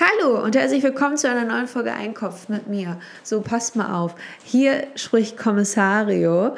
Hallo und herzlich willkommen zu einer neuen Folge Einkopf mit mir. So, passt mal auf. Hier spricht Kommissario,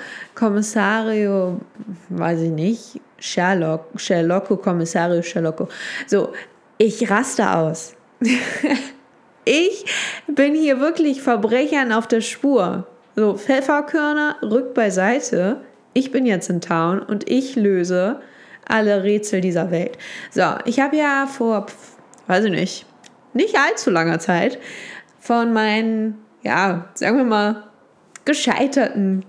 weiß ich nicht, Sherlocko, Kommissario Sherlocko. So, ich raste aus. Ich bin hier wirklich Verbrechern auf der Spur. So, Pfefferkörner, rückt beiseite. Ich bin jetzt in Town und ich löse alle Rätsel dieser Welt. So, ich habe ja vor, weiß ich nicht allzu langer Zeit von meinen, sagen wir mal, gescheiterten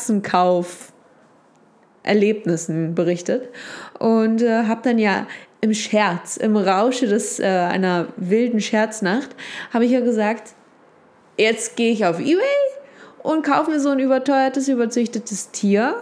Katzenkauf-Erlebnissen berichtet und habe dann ja im Rausche einer wilden Scherznacht, habe ich ja gesagt, jetzt gehe ich auf eBay und kaufe mir so ein überteuertes, überzüchtetes Tier.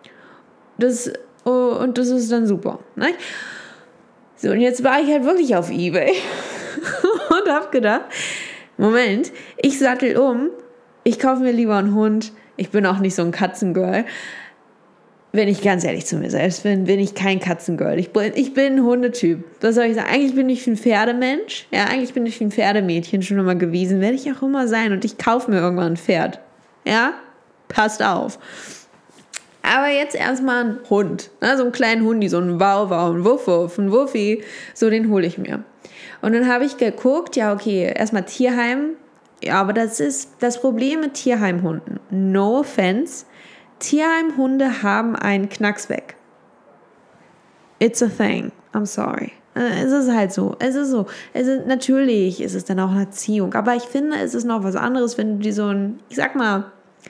Und das ist dann super. Ne? So, und jetzt war ich halt wirklich auf eBay und habe gedacht, Moment, ich sattel um, ich kaufe mir lieber einen Hund, ich bin auch nicht so ein Katzengirl. Wenn ich ganz ehrlich zu mir selbst bin ich kein Katzengirl. Ich bin ein Hundetyp. Was soll ich sagen? Eigentlich bin ich ein Pferdemensch. Ja, eigentlich bin ich ein Pferdemädchen schon immer gewesen. Werde ich auch immer sein. Und ich kaufe mir irgendwann ein Pferd. Ja? Passt auf. Aber jetzt erstmal ein Hund. Ne? So einen kleinen Hundi, so einen Wauwau, einen Wuff, einen Wuffi. So, den hole ich mir. Und dann habe ich geguckt, ja okay, erstmal Tierheim. Ja, aber das ist das Problem mit Tierheimhunden. No offense. Tierheimhunde haben einen Knacks weg. It's a thing. I'm sorry. Es ist halt so. Natürlich ist es dann auch eine Erziehung. Aber ich finde, es ist noch was anderes, wenn du dir so einen, ich sag mal,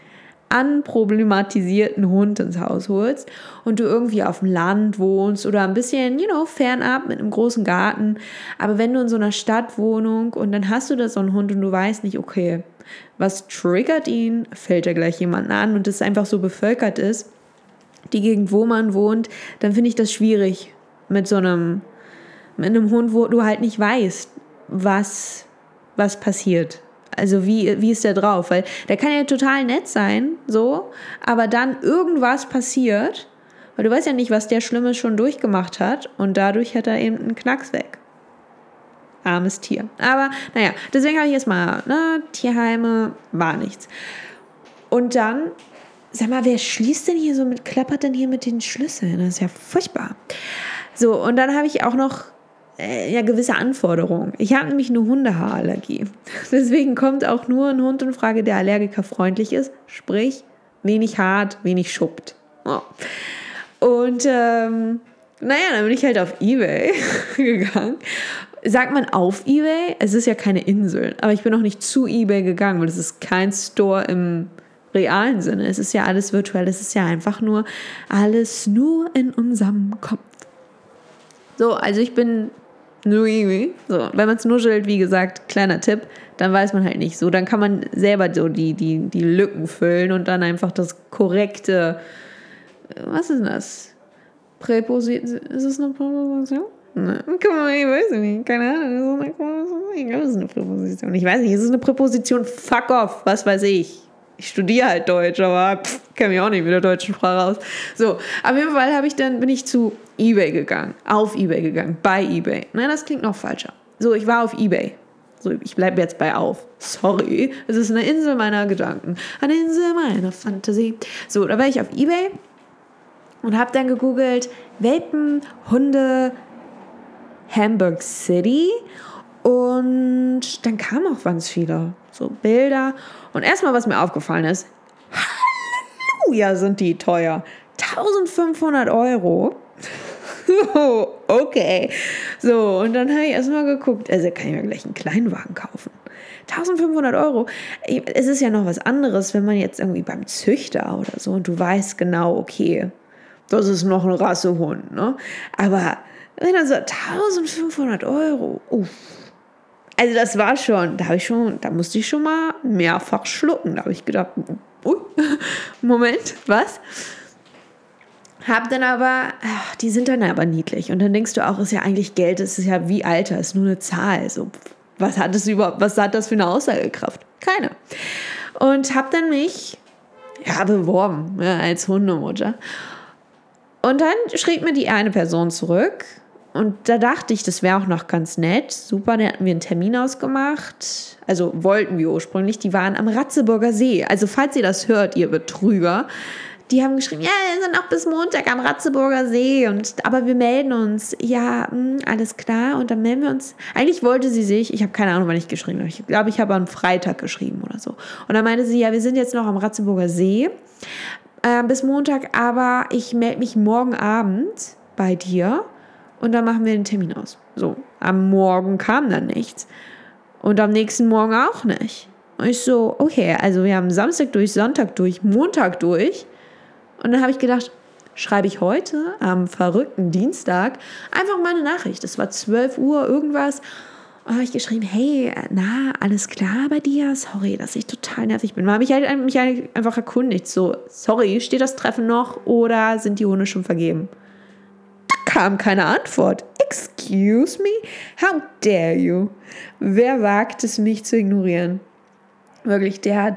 anproblematisierten Hund ins Haus holst und du irgendwie auf dem Land wohnst oder ein bisschen, fernab mit einem großen Garten. Aber wenn du in so einer Stadtwohnung und dann hast du da so einen Hund und du weißt nicht, okay, was triggert ihn? Fällt er gleich jemanden an und es einfach so bevölkert ist, die Gegend, wo man wohnt, dann finde ich das schwierig mit einem Hund, wo du halt nicht weißt, was passiert. Also wie ist der drauf? Weil der kann ja total nett sein, so, aber dann irgendwas passiert, weil du weißt ja nicht, was der Schlimmes schon durchgemacht hat und dadurch hat er eben einen Knacks weg. Armes Tier. Aber naja, deswegen habe ich jetzt mal, Tierheime, war nichts. Und dann, sag mal, wer klappert denn hier mit den Schlüsseln? Das ist ja furchtbar. So, und dann habe ich auch noch gewisse Anforderungen. Ich habe nämlich eine Hundehaarallergie. Deswegen kommt auch nur ein Hund in Frage, der allergikerfreundlich ist. Sprich, wenig hart, wenig schuppt. Oh. Und dann bin ich halt auf eBay gegangen. Sagt man auf eBay? Es ist ja keine Insel. Aber ich bin auch nicht zu eBay gegangen, weil es ist kein Store im realen Sinne. Es ist ja alles virtuell. Es ist ja einfach nur alles nur in unserem Kopf. So, also ich bin nur eBay. So, wenn man es nuschelt, wie gesagt, kleiner Tipp, dann weiß man halt nicht so. Dann kann man selber so die Lücken füllen und dann einfach das korrekte, was ist denn das? Präposition? Ist es eine Präposition? Ne. Guck mal, ich weiß nicht, keine Ahnung, ich glaube, es ist eine Präposition. Ich weiß nicht, ist es eine Präposition? Fuck off, was weiß ich. Ich studiere halt Deutsch, aber kenne mich auch nicht mit der deutschen Sprache aus. So, auf jeden Fall bin ich zu eBay gegangen, auf eBay gegangen, bei eBay. Nein, das klingt noch falscher. So, ich war auf eBay. So, ich bleibe jetzt bei auf. Sorry, es ist eine Insel meiner Gedanken, eine Insel meiner Fantasie. So, da war ich auf eBay und habe dann gegoogelt, Welpen, Hunde, Hamburg City und dann kamen auch ganz viele so Bilder und erstmal, was mir aufgefallen ist, Halleluja, sind die teuer, 1.500 €. So, okay. So, und dann habe ich erstmal geguckt, also kann ich mir gleich einen Kleinwagen kaufen. 1.500 €. Es ist ja noch was anderes, wenn man jetzt irgendwie beim Züchter oder so und du weißt genau, okay, das ist noch ein Rassehund, ne? Aber wenn dann so 1.500 €, uff. Also das war schon, da musste ich schon mal mehrfach schlucken. Da habe ich gedacht, Moment, was? Hab dann aber, die sind dann aber niedlich. Und dann denkst du auch, ist ja eigentlich Geld, es ist ja wie Alter, ist nur eine Zahl. So, was hat das für eine Aussagekraft? Keine. Und hab dann mich beworben als Hundemutter. Und dann schrieb mir die eine Person zurück Und da dachte ich, das wäre auch noch ganz nett. Super, da hatten wir einen Termin ausgemacht. Also wollten wir ursprünglich. Die waren am Ratzeburger See. Also falls ihr das hört, ihr Betrüger. Die haben geschrieben, ja, wir sind noch bis Montag am Ratzeburger See. Aber wir melden uns. Ja, alles klar. Und dann melden wir uns. Eigentlich wollte sie sich, ich habe keine Ahnung, wann ich geschrieben habe. Ich glaube, ich habe am Freitag geschrieben oder so. Und dann meinte sie, ja, wir sind jetzt noch am Ratzeburger See bis Montag. Aber ich melde mich morgen Abend bei dir. Und dann machen wir den Termin aus. So, am Morgen kam dann nichts. Und am nächsten Morgen auch nicht. Und ich so, okay, also wir haben Samstag durch, Sonntag durch, Montag durch. Und dann habe ich gedacht, schreibe ich heute am verrückten Dienstag einfach mal eine Nachricht. Es war 12 Uhr irgendwas. Und habe ich geschrieben, hey, na, alles klar bei dir? Sorry, dass ich total nervig bin. Da habe ich mich einfach erkundigt. So, sorry, steht das Treffen noch oder sind die Hunde schon vergeben? Kam keine Antwort. Excuse me? How dare you? Wer wagt es, mich zu ignorieren? Wirklich, der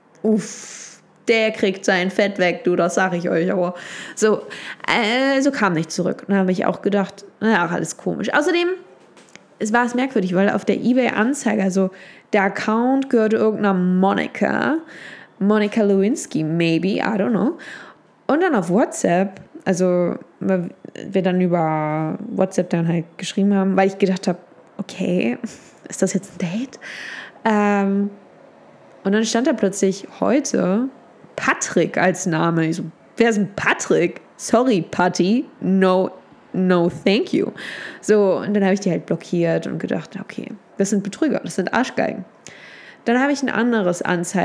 kriegt sein Fett weg, du, das sage ich euch. Aber so kam nicht zurück. Und da habe ich auch gedacht, ach, alles komisch. Außerdem war es merkwürdig, weil auf der eBay-Anzeige, also der Account gehörte irgendeiner Monika Lewinsky, maybe, I don't know. Und dann auf WhatsApp, also wir dann über WhatsApp dann halt geschrieben haben, weil ich gedacht habe, okay, ist das jetzt ein Date? Und dann stand da plötzlich heute Patrick als Name. Ich so, wer ist ein Patrick? Sorry, Patti, no, thank you. So, und dann habe ich die halt blockiert und gedacht, okay, das sind Betrüger, das sind Arschgeigen. Dann habe ich ein anderes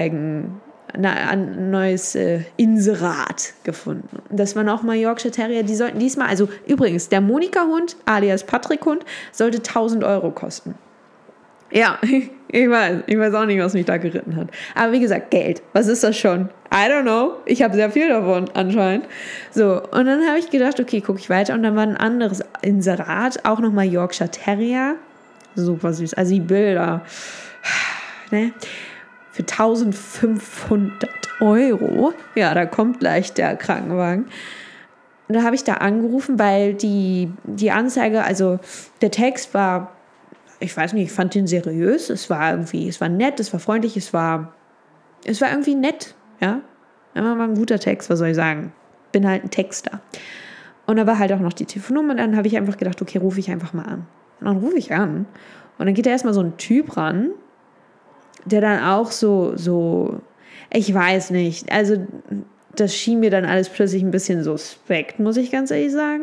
ein neues Inserat gefunden. Das waren auch mal Yorkshire Terrier. Die sollten diesmal, also übrigens, der Monika-Hund, alias Patrick-Hund, sollte 1.000 Euro kosten. Ja, ich weiß auch nicht, was mich da geritten hat. Aber wie gesagt, Geld, was ist das schon? I don't know, ich habe sehr viel davon anscheinend. So, und dann habe ich gedacht, okay, gucke ich weiter. Und dann war ein anderes Inserat, auch nochmal Yorkshire Terrier. Super süß, also die Bilder, ne? Für 1.500 Euro. Ja, da kommt gleich der Krankenwagen. Und da habe ich da angerufen, weil die Anzeige, also der Text war, ich weiß nicht, ich fand den seriös. Es war nett, es war freundlich, es war irgendwie nett, ja. Immer mal ein guter Text, was soll ich sagen? Bin halt ein Texter. Und da war halt auch noch die Telefonnummer und dann habe ich einfach gedacht, okay, rufe ich einfach mal an. Und dann rufe ich an und dann geht da erstmal so ein Typ ran, der dann auch so, ich weiß nicht, also das schien mir dann alles plötzlich ein bisschen suspekt, muss ich ganz ehrlich sagen.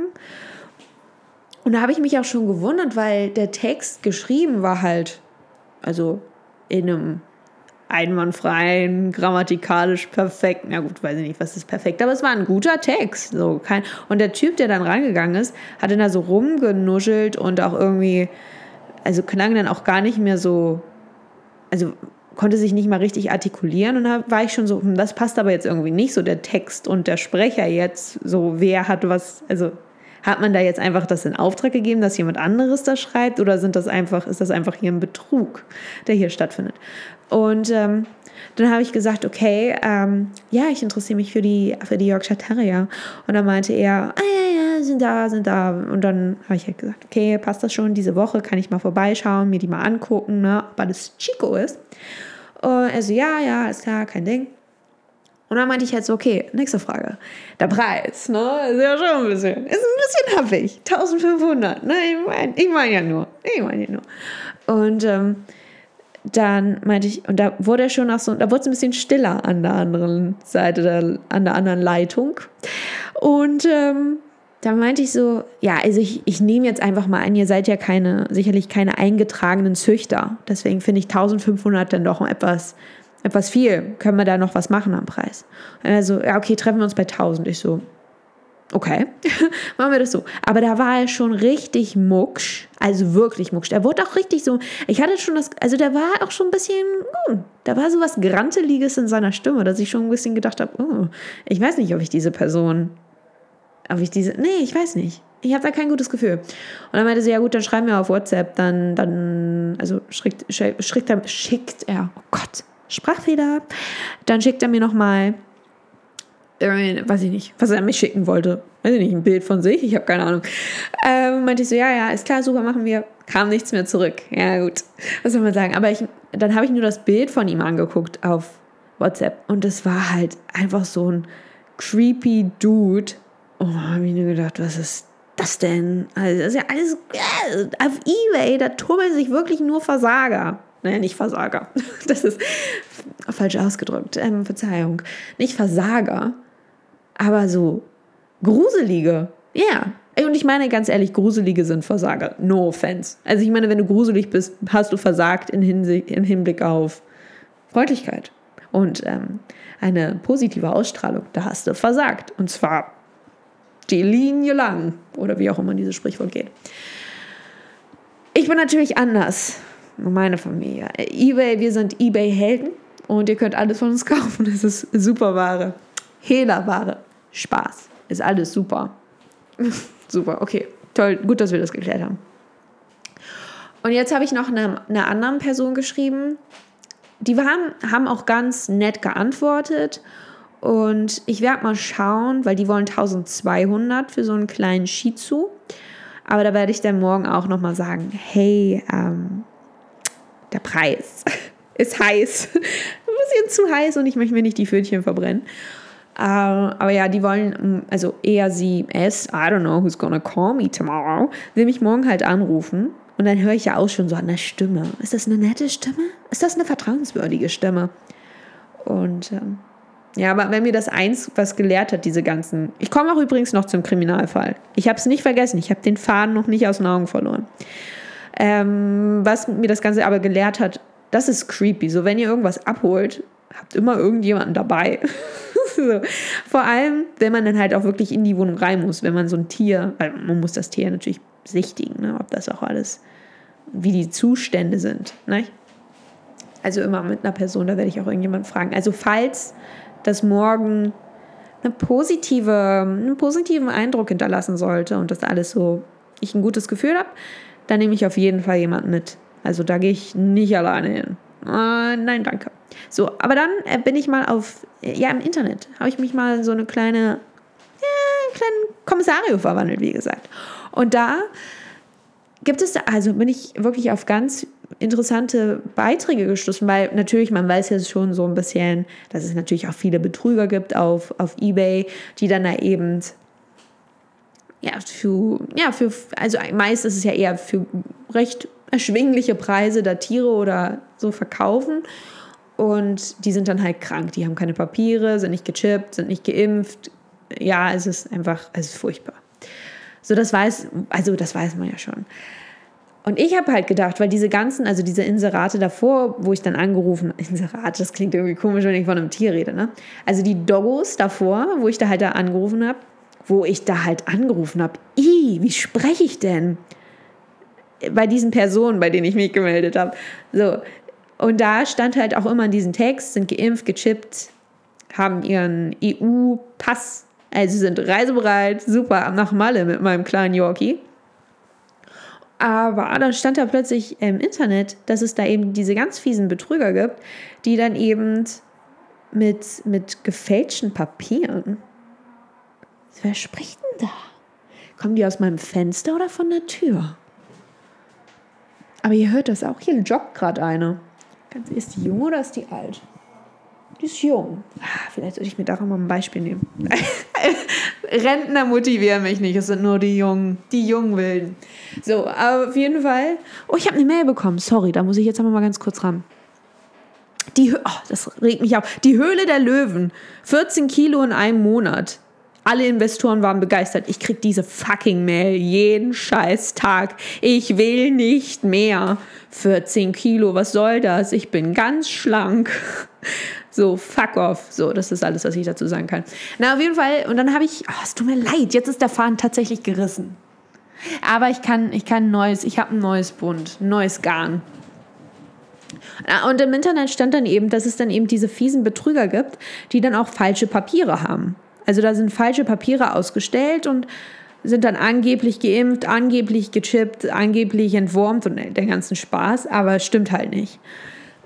Und da habe ich mich auch schon gewundert, weil der Text geschrieben war halt, also in einem einwandfreien, grammatikalisch perfekt, na gut, weiß ich nicht, was ist perfekt, aber es war ein guter Text. Und der Typ, der dann rangegangen ist, hat dann da so rumgenuschelt und auch irgendwie, also klang dann auch gar nicht mehr so, also konnte sich nicht mal richtig artikulieren und da war ich schon so, das passt aber jetzt irgendwie nicht, so der Text und der Sprecher jetzt, so wer hat was, also hat man da jetzt einfach das in Auftrag gegeben, dass jemand anderes das schreibt oder ist das einfach hier ein Betrug, der hier stattfindet? Und dann habe ich gesagt, okay, ja, ich interessiere mich für die Yorkshire Terrier. Und dann meinte er, ja, sind da. Und dann habe ich halt gesagt, okay, passt das schon, diese Woche kann ich mal vorbeischauen, mir die mal angucken, ne, ob alles Chico ist. Und er so, ja, ist klar, kein Ding. Und dann meinte ich halt so, okay, nächste Frage. Der Preis, ne, ist ja schon ein bisschen happig. 1.500, ne, ich meine ja nur. Und dann meinte ich, und da wurde er schon da wurde es ein bisschen stiller an der anderen Seite, an der anderen Leitung. Und dann meinte ich so, ja, also ich nehme jetzt einfach mal an, ihr seid ja sicherlich keine eingetragenen Züchter. Deswegen finde ich 1.500 dann doch etwas viel. Können wir da noch was machen am Preis? Also, ja, okay, treffen wir uns bei 1.000. Ich so, okay, machen wir das so. Aber da war er schon richtig mucksch, also wirklich mucksch. Er wurde auch richtig so, ich hatte schon der war auch schon ein bisschen, da war so was Granteliges in seiner Stimme, dass ich schon ein bisschen gedacht habe, ich weiß nicht, ich weiß nicht. Ich habe da kein gutes Gefühl. Und dann meinte sie, ja gut, dann schreiben wir auf WhatsApp, also schickt er, oh Gott, Sprachfehler, dann schickt er mir nochmal, weiß ich nicht, was er mich schicken wollte. weiß ich nicht, ein Bild von sich, ich habe keine Ahnung. Meinte ich so, ja, ist klar, super, machen wir. Kam nichts mehr zurück. Ja, gut, was soll man sagen. Aber dann habe ich nur das Bild von ihm angeguckt auf WhatsApp. Und es war halt einfach so ein creepy Dude. Oh, habe ich nur gedacht, was ist das denn? Also, das ist ja alles auf eBay, da tummeln sich wirklich nur Versager. Naja, nicht Versager. Das ist falsch ausgedrückt. Verzeihung. Nicht Versager, aber so Gruselige. Ja. Yeah. Und ich meine, ganz ehrlich, Gruselige sind Versager. No offense. Also ich meine, wenn du gruselig bist, hast du versagt im Hinblick auf Freundlichkeit. Und eine positive Ausstrahlung, da hast du versagt. Und zwar die Linie lang. Oder wie auch immer dieses Sprichwort geht. Ich bin natürlich anders. Meine Familie. eBay, wir sind eBay-Helden. Und ihr könnt alles von uns kaufen. Das ist super Ware. Hehlerware. Spaß. Ist alles super. Super, okay. Toll, gut, dass wir das geklärt haben. Und jetzt habe ich noch einer anderen Person geschrieben. Die haben auch ganz nett geantwortet. Und ich werde mal schauen, weil die wollen 1200 für so einen kleinen Shih Tzu. Aber da werde ich dann morgen auch nochmal sagen, hey, der Preis ist heiß. Ein bisschen zu heiß und ich möchte mir nicht die Pfötchen verbrennen. Aber ja, die wollen, also es, I don't know who's gonna call me tomorrow, will mich morgen halt anrufen. Und dann höre ich ja auch schon so an der Stimme. Ist das eine nette Stimme? Ist das eine vertrauenswürdige Stimme? Und ja, aber wenn mir das eins was gelehrt hat, diese ganzen... Ich komme auch übrigens noch zum Kriminalfall. Ich habe es nicht vergessen. Ich habe den Faden noch nicht aus den Augen verloren. Was mir das Ganze aber gelehrt hat, das ist creepy. So, wenn ihr irgendwas abholt, habt immer irgendjemanden dabei. So. Vor allem, wenn man dann halt auch wirklich in die Wohnung rein muss, wenn man so ein Tier, weil man muss das Tier natürlich besichtigen, ne, ob das auch alles, wie die Zustände sind. Ne? Also immer mit einer Person, da werde ich auch irgendjemanden fragen. Also falls das morgen einen positiven Eindruck hinterlassen sollte und das alles so, ich ein gutes Gefühl habe, dann nehme ich auf jeden Fall jemanden mit. Also da gehe ich nicht alleine hin. Nein, danke. So, aber dann bin ich mal im Internet, habe ich mich mal in so einen kleinen Kommissario verwandelt, wie gesagt. Und da bin ich wirklich auf ganz interessante Beiträge gestoßen, weil natürlich, man weiß ja schon so ein bisschen, dass es natürlich auch viele Betrüger gibt auf eBay, die dann da eben also meist ist es ja eher für recht erschwingliche Preise da Tiere oder so verkaufen und die sind dann halt krank, die haben keine Papiere, sind nicht gechippt, sind nicht geimpft. Ja, es ist furchtbar. So, das weiß man ja schon. Und ich habe halt gedacht, weil diese Inserate davor, wo ich dann Inserate, das klingt irgendwie komisch, wenn ich von einem Tier rede, ne? Also die Doggos davor, wo ich da angerufen habe, wie spreche ich denn? Bei diesen Personen, bei denen ich mich gemeldet habe. So. Und da stand halt auch immer in diesem Text, sind geimpft, gechippt, haben ihren EU-Pass, also sind reisebereit, super, nach Malle mit meinem kleinen Yorkie. Aber dann stand da plötzlich im Internet, dass es da eben diese ganz fiesen Betrüger gibt, die dann eben mit gefälschten Papieren. Wer spricht denn da? Kommen die aus meinem Fenster oder von der Tür? Aber ihr hört das auch, hier joggt gerade eine. Ist die jung oder ist die alt? Die ist jung. Vielleicht sollte ich mir da auch mal ein Beispiel nehmen. Rentner motivieren mich nicht, es sind nur die jungen Wilden. So, aber auf jeden Fall. Oh, ich habe eine Mail bekommen. Sorry, da muss ich jetzt aber mal ganz kurz ran. Das regt mich auf. Die Höhle der Löwen. 14 Kilo in einem Monat. Alle Investoren waren begeistert. Ich krieg diese fucking Mail jeden scheiß Tag. Ich will nicht mehr. 14 Kilo, was soll das? Ich bin ganz schlank. So, fuck off. So, das ist alles, was ich dazu sagen kann. Na, auf jeden Fall. Und dann habe ich, es tut mir leid, jetzt ist der Faden tatsächlich gerissen. Aber ich habe ein neues Bund, ein neues Garn. Und im Internet stand dann eben, dass es dann eben diese fiesen Betrüger gibt, die dann auch falsche Papiere haben. Also da sind falsche Papiere ausgestellt und sind dann angeblich geimpft, angeblich gechippt, angeblich entwurmt und den ganzen Spaß, aber es stimmt halt nicht.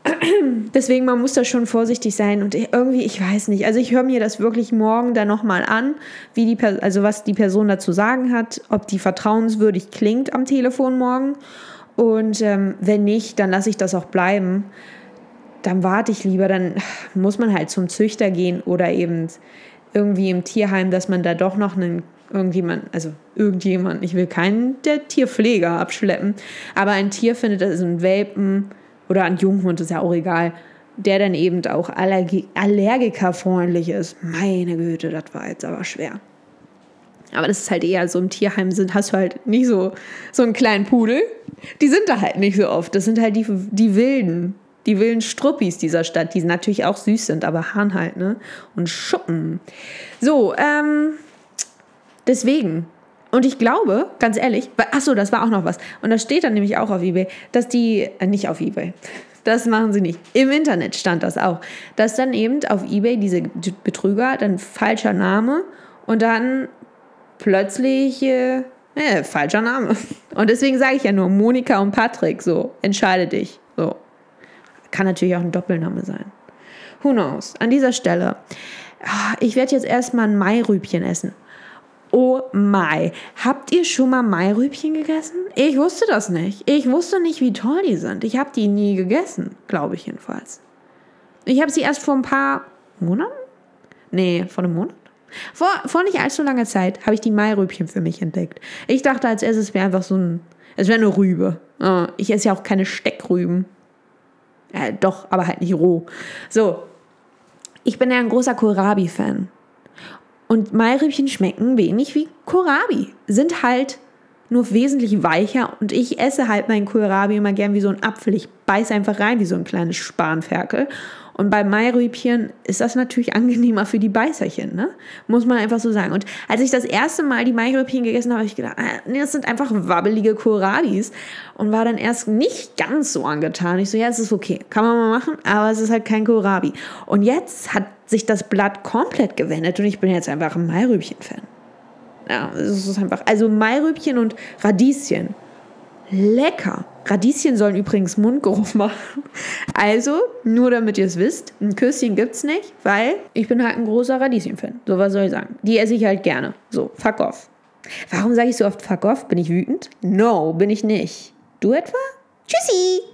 Deswegen, man muss da schon vorsichtig sein und irgendwie, ich weiß nicht, also ich höre mir das wirklich morgen dann nochmal an, was die Person dazu sagen hat, ob die vertrauenswürdig klingt am Telefon morgen und wenn nicht, dann lasse ich das auch bleiben. Dann warte ich lieber, dann muss man halt zum Züchter gehen oder eben irgendwie im Tierheim, dass man da doch noch irgendjemand, ich will keinen der Tierpfleger abschleppen, aber ein Tier findet, also ein Welpen oder ein Junghund, ist ja auch egal, der dann eben auch allergikerfreundlich ist. Meine Güte, das war jetzt aber schwer. Aber das ist halt eher so, im Tierheim hast du halt nicht so einen kleinen Pudel. Die sind da halt nicht so oft. Das sind halt die wilden Struppis dieser Stadt, die natürlich auch süß sind, aber Hahn halt, ne? Und Schuppen. So, deswegen. Und ich glaube, ganz ehrlich, das war auch noch was. Und das steht dann nämlich auch auf eBay, dass nicht auf eBay, das machen sie nicht. Im Internet stand das auch, dass dann eben auf eBay diese Betrüger, dann falscher Name und dann plötzlich, falscher Name. Und deswegen sage ich ja nur Monika und Patrick, so, entscheide dich. So. Kann natürlich auch ein Doppelname sein. Who knows? An dieser Stelle, ich werde jetzt erstmal ein Mairübchen essen. Oh Mai. Habt ihr schon mal Mairübchen gegessen? Ich wusste das nicht. Ich wusste nicht, wie toll die sind. Ich habe die nie gegessen, glaube ich jedenfalls. Ich habe sie erst vor ein paar Monaten? Nee, vor einem Monat? Vor nicht allzu langer Zeit habe ich die Mairübchen für mich entdeckt. Ich dachte als erstes, es wäre einfach es wäre eine Rübe. Ich esse ja auch keine Steckrüben. Doch, aber halt nicht roh. So, ich bin ja ein großer Kohlrabi-Fan. Und Mairübchen schmecken wenig wie Kohlrabi. Sind halt nur wesentlich weicher. Und ich esse halt meinen Kohlrabi immer gern wie so ein Apfel. Ich beiße einfach rein wie so ein kleines Spanferkel. Und bei Mairübchen ist das natürlich angenehmer für die Beißerchen, ne? Muss man einfach so sagen. Und als ich das erste Mal die Mairübchen gegessen habe, habe ich gedacht, das sind einfach wabbelige Kohlrabis. Und war dann erst nicht ganz so angetan. Ich so, ja, es ist okay, kann man mal machen, aber es ist halt kein Kohlrabi. Und jetzt hat sich das Blatt komplett gewendet und ich bin jetzt einfach ein Mairübchen-Fan. Ja, es ist einfach, also Mairübchen und Radieschen. Lecker. Radieschen sollen übrigens Mundgeruch machen. Also, nur damit ihr es wisst, ein Küsschen gibt's nicht, weil ich bin halt ein großer Radieschen-Fan. So, was soll ich sagen? Die esse ich halt gerne. So, fuck off. Warum sage ich so oft fuck off? Bin ich wütend? No, bin ich nicht. Du etwa? Tschüssi!